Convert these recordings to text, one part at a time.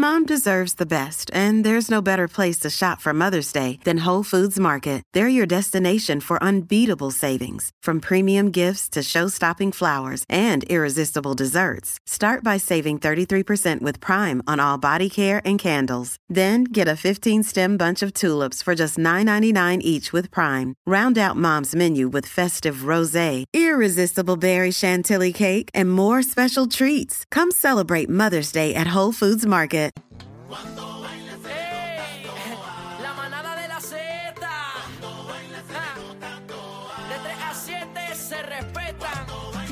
Mom deserves the best, and there's no better place to shop for Mother's Day than Whole Foods Market. They're your destination for unbeatable savings, from premium gifts to show-stopping flowers and irresistible desserts. Start by saving 33% with Prime on all body care and candles. Then get a 15-stem bunch of tulips for just $9.99 each with Prime. Round out Mom's menu with festive rosé, irresistible berry chantilly cake, and more special treats. Come celebrate Mother's Day at Whole Foods Market. La manada de la Z. De 3 a 7 se respetan.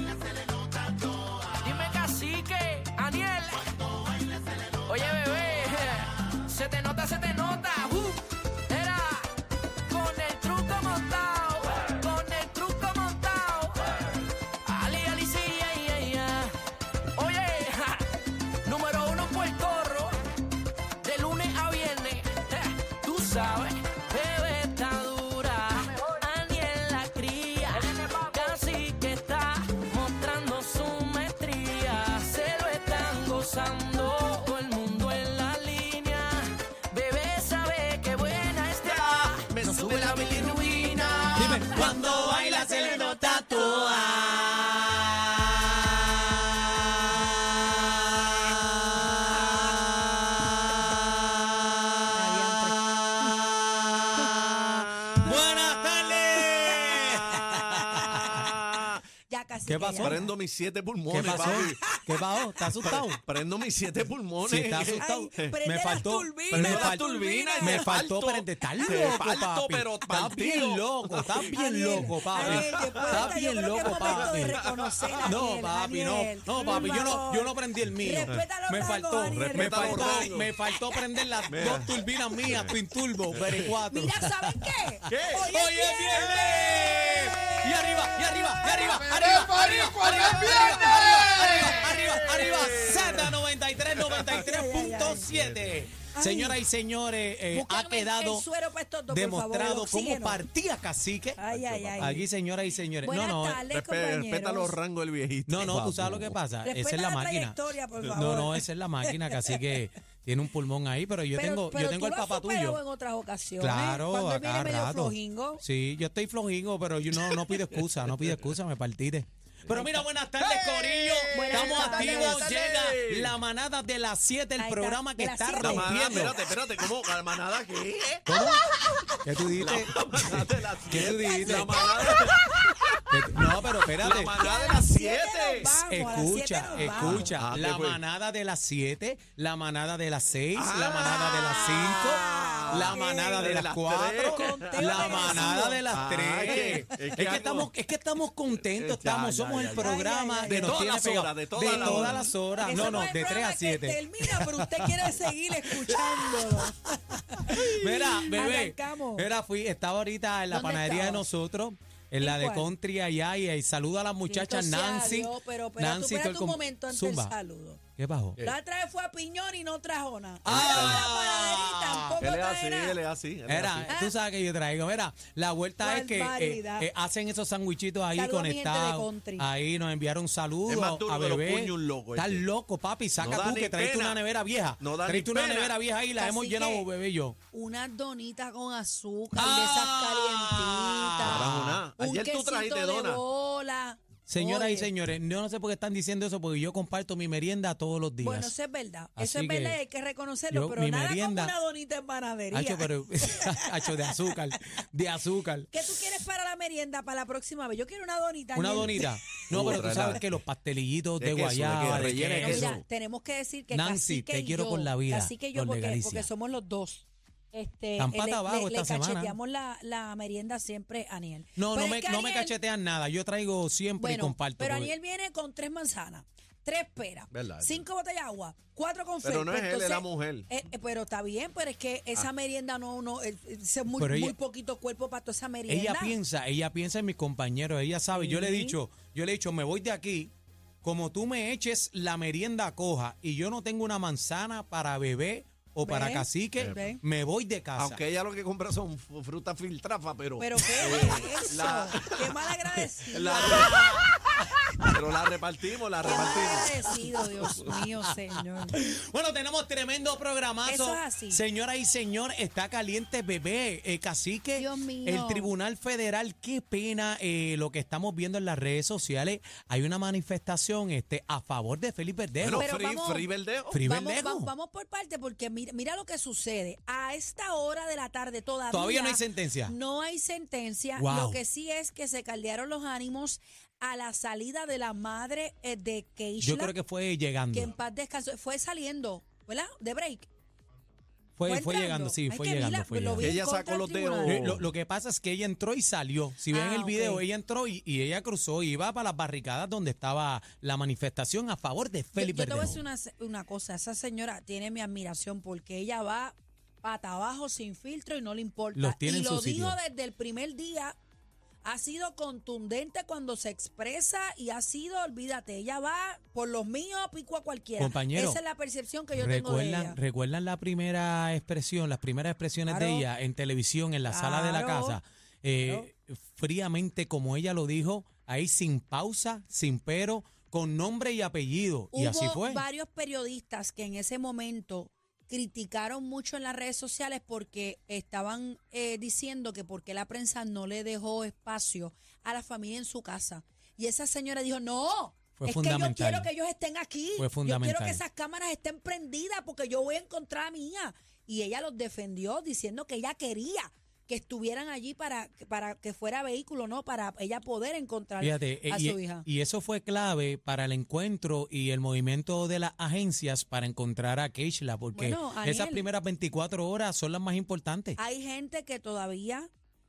Dime cacique, Aniel. Oye, bebé, se te nota, se te nota. Era con el truco montado, con el truco montado. Ali, ali, sí, Oye, número 1 Puerto Rico, de lunes a viernes, tú sabes, bebé está dura, Aniel la cría, casi que está mostrando su maestría, se lo están gozando, todo el mundo en la línea, bebé sabe que buena está, me sube la bilirrubina, dime, cuando baila se le nota Buenas tardes. Ya casi. ¿Qué que pasó? ya. Prendo mis 7 pulmones, ¿Qué pasó? papi. ¿Qué pasó? ¿Estás asustado? Prendo mis 7 pulmones. Sí, estás asustado. Ay, prende Me las faltó. turbinas, Me las faltó. turbinas. Me Te faltó. falto. Pero estás Te loco, falto, papi. pero Estás partido. bien loco. Estás bien Aniel, loco, papi. Aniel, después de Estás esta, yo bien creo que loco, es momento papi. de reconocer a No, Aniel, papi, Aniel, no. No, por papi, yo favor. no prendí el mío. Respeta los Me rangos, faltó. Aniel, Me respeta los faltó. rangos. Me faltó prender las Mira. 2 turbinas mías, Twin Turbo, Pere 4. Mira, ¿saben qué? ¿Qué? Hoy ¡Hoy es viernes! Y arriba, y arriba, y arriba, arriba, arriba, Z93, 93.7. Ay. Señoras y señores, ha Búscame quedado el suero para estos dos, demostrado por favor, el cómo oxígeno. partía Cacique. Ay, ay, ay. Aquí, señoras y señores. Buenas No, tardes, Respeta compañeros. los rangos del viejito. no, tú sabes lo que pasa. Respeta Esa es la máquina. trayectoria, por favor. No, esa es la máquina, Cacique. Tiene un pulmón ahí, pero yo tengo tú el lo has papá superado tuyo. en otras ocasiones. Claro, Cuando a él viene cada medio rato. flojingo. Sí, yo estoy flojingo, pero yo no pido excusa, me partiste. Pero mira, buenas tardes, Corillo. Buenas Estamos tardes. activos. Buenas Llega tardes. la manada de las 7, el Ahí está, programa que de las está 7. La manada, rompiendo. espérate, ¿cómo? ¿La manada qué? ¿Cómo? ¿Qué tú dijiste? La manada de las ¿Qué tú 7. dijiste? La manada, No, pero la espérate. manada de las 7. Escucha, Ah, ¿qué la fue? manada de las 7, la manada de las 6, la manada de las 5, la manada de de las las 4, Conteo la regresivo. manada de las Ah, 3. es que algo- Es que estamos contentos, Ya, somos ya, el ya. programa Ay, ay, que ay. nos De tiene todas las pegado. horas, de De todas las todas horas. las horas. Ese No, es el de 3 a programa que 7. termina, pero usted quiere seguir escuchándolo. Mira, bebé. Arrancamos. Estaba ahorita en la ¿Dónde panadería de estabas? nosotros. En la de cuál? Country allá y saludo a las muchachas Bendito sea Nancy. Dios, pero Nancy, espérate todo un el momento antes Zumba. del saludo. ¿Qué pasó? La otra vez fue a Piñón y no trajo nada. Ah. Tampoco Él es trae así, nada. él es así. él es Era, así. tú sabes que yo traigo. Mira, la vuelta es que Barbaridad. hacen esos sandwichitos ahí Saludos a mi gente de conectados. Country. Ahí nos enviaron saludos Es más duro a que los bebé. puños un loco Estás este. loco, papi. Saca No da tú ni que traiste pena. una nevera vieja. No da ni Traiste una pena. nevera vieja ahí, la hemos Así llenado, que- bebé y yo. Unas donitas con azúcar, Ah. de esas calientitas. Trajo una. Un Ayer tú quesito trajiste de dona. bola. Señoras y Oye, señores, yo no sé por qué están diciendo eso, porque yo comparto mi merienda todos los días. Bueno, eso es verdad. Eso Así es verdad que y hay que reconocerlo, yo, pero mi nada merienda- como una donita en panadería. Hacho, pero, hacho, de azúcar, de azúcar. ¿Qué tú quieres para la merienda para la próxima vez? Yo quiero una donita. Una Aniel. donita. No, pero tú tráela. sabes que los pastelillitos De de queso, de guayaba, queso, de rellena de No, queso. queso. mira, tenemos que decir que Nancy, Cacique te y quiero yo, con la vida, Cacique y yo, los de Galicia. porque somos los dos. Están pata abajo le esta semana. cacheteamos la merienda siempre a Aniel. No, Pero no es que me Aniel- cachetean nada. Yo traigo siempre y Bueno, comparto. pero porque- Aniel viene con 3 manzanas, 3 peras, Verdad, 5 botellas de agua, 4 con Pero no es él, es la mujer. pero está bien, pero es que esa merienda es muy, Pero ella- muy poquito cuerpo para toda esa merienda. ella piensa en mis compañeros, ella sabe. Yo le he Sí. dicho, me voy de aquí. Como tú me eches la merienda coja y yo no tengo una manzana para bebé o para Ve, cacique, ve. me voy de casa. Aunque ella lo que compra son frutas filtrafas, pero. Pero qué es eso, la- qué mal agradecido. la- Pero la repartimos, la Qué repartimos. agradecido, Dios mío, señor. Bueno, tenemos tremendo programazo. Eso es así. Señora y señor, está caliente bebé. Cacique, Dios mío. el Tribunal Federal, qué pena lo que estamos viendo en las redes sociales. Hay una manifestación a favor de Félix Verdejo. Bueno, Pero vamos- free Verdejo. Free Vamos, Verdejo. vamos por parte porque mira lo que sucede. A esta hora de la tarde Todavía no hay sentencia. No hay sentencia. Wow. Lo que sí es que se caldearon los ánimos a la salida de la madre de Keishla. Yo creo que fue llegando. que en paz descansó. Fue saliendo, ¿verdad? De break. Fue entrando. llegando, sí, Ay, fue que llegando. mira, Fue lo llegando. vi en Ella contra sacó del los tribunal. dedos. Lo que pasa es que ella entró y salió. Si ven el ok. video, ella entró y ella cruzó y iba para las barricadas donde estaba la manifestación a favor de Félix Yo te voy a Verdejo. decir una cosa. Esa señora tiene mi admiración porque ella va pata abajo sin filtro y no le importa. Los tiene y en lo su dijo sitio. desde el primer día. Ha sido contundente cuando se expresa y ha sido, olvídate, ella va por los míos, pico a cualquiera. Compañero, Esa es la percepción que yo tengo de ella. ¿Recuerdan la primera expresión, las primeras expresiones Claro. de ella en televisión, en la sala de la Claro. casa? Fríamente, como ella lo dijo, ahí sin pausa, sin pero, con nombre y apellido. Y así fue. Hubo varios periodistas que en ese momento criticaron mucho en las redes sociales porque estaban diciendo que porque la prensa no le dejó espacio a la familia en su casa. Y esa señora dijo, no, Fue es fundamental. que yo quiero que ellos estén aquí. Fue Yo fundamental. quiero que esas cámaras estén prendidas porque yo voy a encontrar a mi hija. Y ella los defendió diciendo que ella quería que estuvieran allí para que fuera vehículo, ¿no? Para ella poder encontrar Fíjate, a su hija. y eso fue clave para el encuentro y el movimiento de las agencias para encontrar a Keishla, porque Bueno, Aniel, esas primeras 24 horas son las más importantes. Hay gente que todavía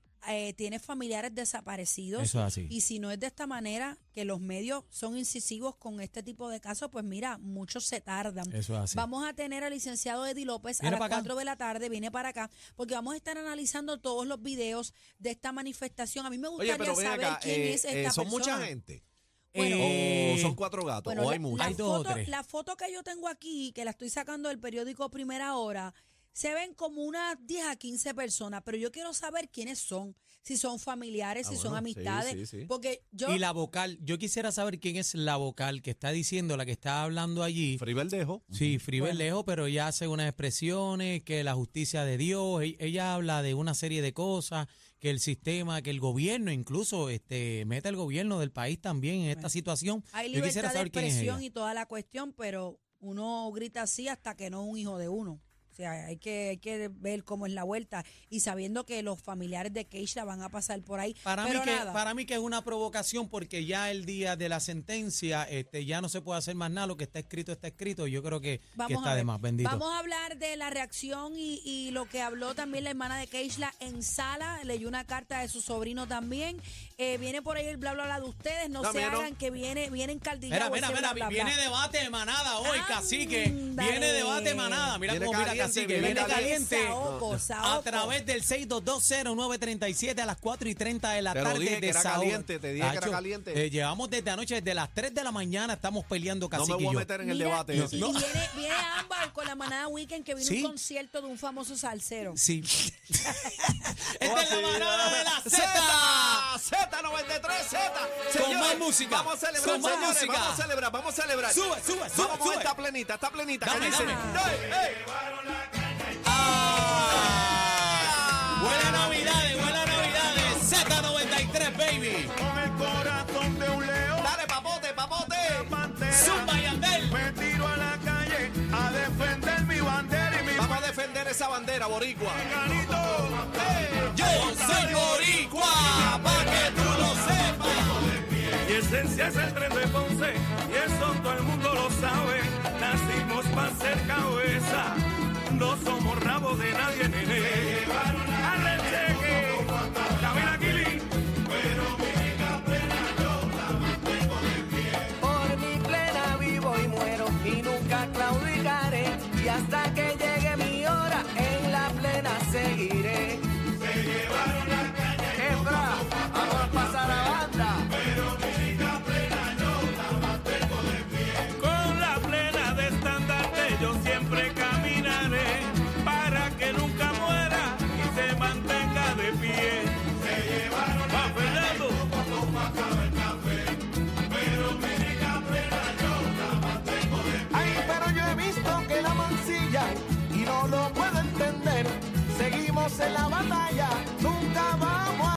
tiene familiares desaparecidos. Eso es así. Y si no es de esta manera, que los medios son incisivos con este tipo de casos, pues mira, muchos se tardan. Eso es así. Vamos a tener al licenciado Eddie López a ¿Viene las para acá? 4 de la tarde, viene para acá, porque vamos a estar analizando todos los videos de esta manifestación. A mí me Oye, gustaría pero ven saber acá, quién es esta ¿son persona. mucha gente? Bueno, ¿O son 4 gatos? Bueno, ¿O hay muchos? Hay 2 o 3. la foto que yo tengo aquí, que la estoy sacando del periódico Primera Hora, se ven como unas 10 a 15 personas, pero yo quiero saber quiénes son, si son familiares, si son bueno, sí, amistades, sí, sí. porque yo... Y la vocal, yo quisiera saber quién es la vocal que está diciendo, la que está hablando allí. Free Verdejo. Sí, Free Bueno. Verdejo, pero ella hace unas expresiones, que la justicia de Dios, ella habla de una serie de cosas, que el sistema, que el gobierno, incluso mete el gobierno del país también en esta situación. Hay Yo quisiera libertad de saber quién es expresión ella. y toda la cuestión, pero uno grita así hasta que no es un hijo de uno. O sea, hay que ver cómo es la vuelta y sabiendo que los familiares de Keishla van a pasar por ahí. Pero nada. Para mí que es una provocación porque ya el día de la sentencia ya no se puede hacer más nada, lo que está escrito, yo creo que Vamos está a de ver. más, bendito. Vamos a hablar de la reacción y lo que habló también la hermana de Keishla en sala. Leyó una carta de su sobrino también. Viene por ahí el bla bla bla de ustedes. No se También, ¿no? hagan que viene encaldillado. Mira, ese bla, bla, bla. viene debate de manada hoy, Ándale. cacique. Viene debate de manada. Mira Viene cómo mira caliente, cacique, viene viene caliente. Saoco, A saoco. través del 6220937 a las 4:30 de la Te lo tarde dije que de era Saoco. caliente, te dije que era Tacho, caliente. llevamos desde anoche, desde las 3 de la mañana, estamos peleando No cacique me y voy a yo. meter en el Mira, debate y ese. No. viene Ámbar con la manada Weekend que vino Sí. un concierto de un famoso salsero. Sí. Esta es la manada de la Z. Z93, Z. Con Señores, más música. Vamos a celebrar, Con más señores, música. vamos a celebrar, vamos a celebrar. Sube. Vamos con esta plenita, Dame, que dice, dame. ¡Ey, ey! Buenas Navidades, Z93, baby. Con el corazón de un león, Dale, papote, papote. pantera, Zumba y Andel. me tiro a la calle a defender mi bandera y mi Vamos a defender esa bandera, boricua. ganito. Yo soy boricua, pa' que tú lo sepas. Mi esencia es el tren de Ponce y eso todo el mundo lo sabe. Nacimos para ser cabeza, no somos rabo de nadie, nene. Arre, cheque, Camila Kili. Por mi plena vivo y muero y nunca claudicaré. Y hasta que llegue mi hora, en la plena seguiré. Se llevaron la caña. Ahora pasa la banda. Con la plena de estandarte yo siempre caminaré para que nunca muera y se mantenga de pie. Se llevaron a Fernando. no lo puedo entender. Seguimos en la batalla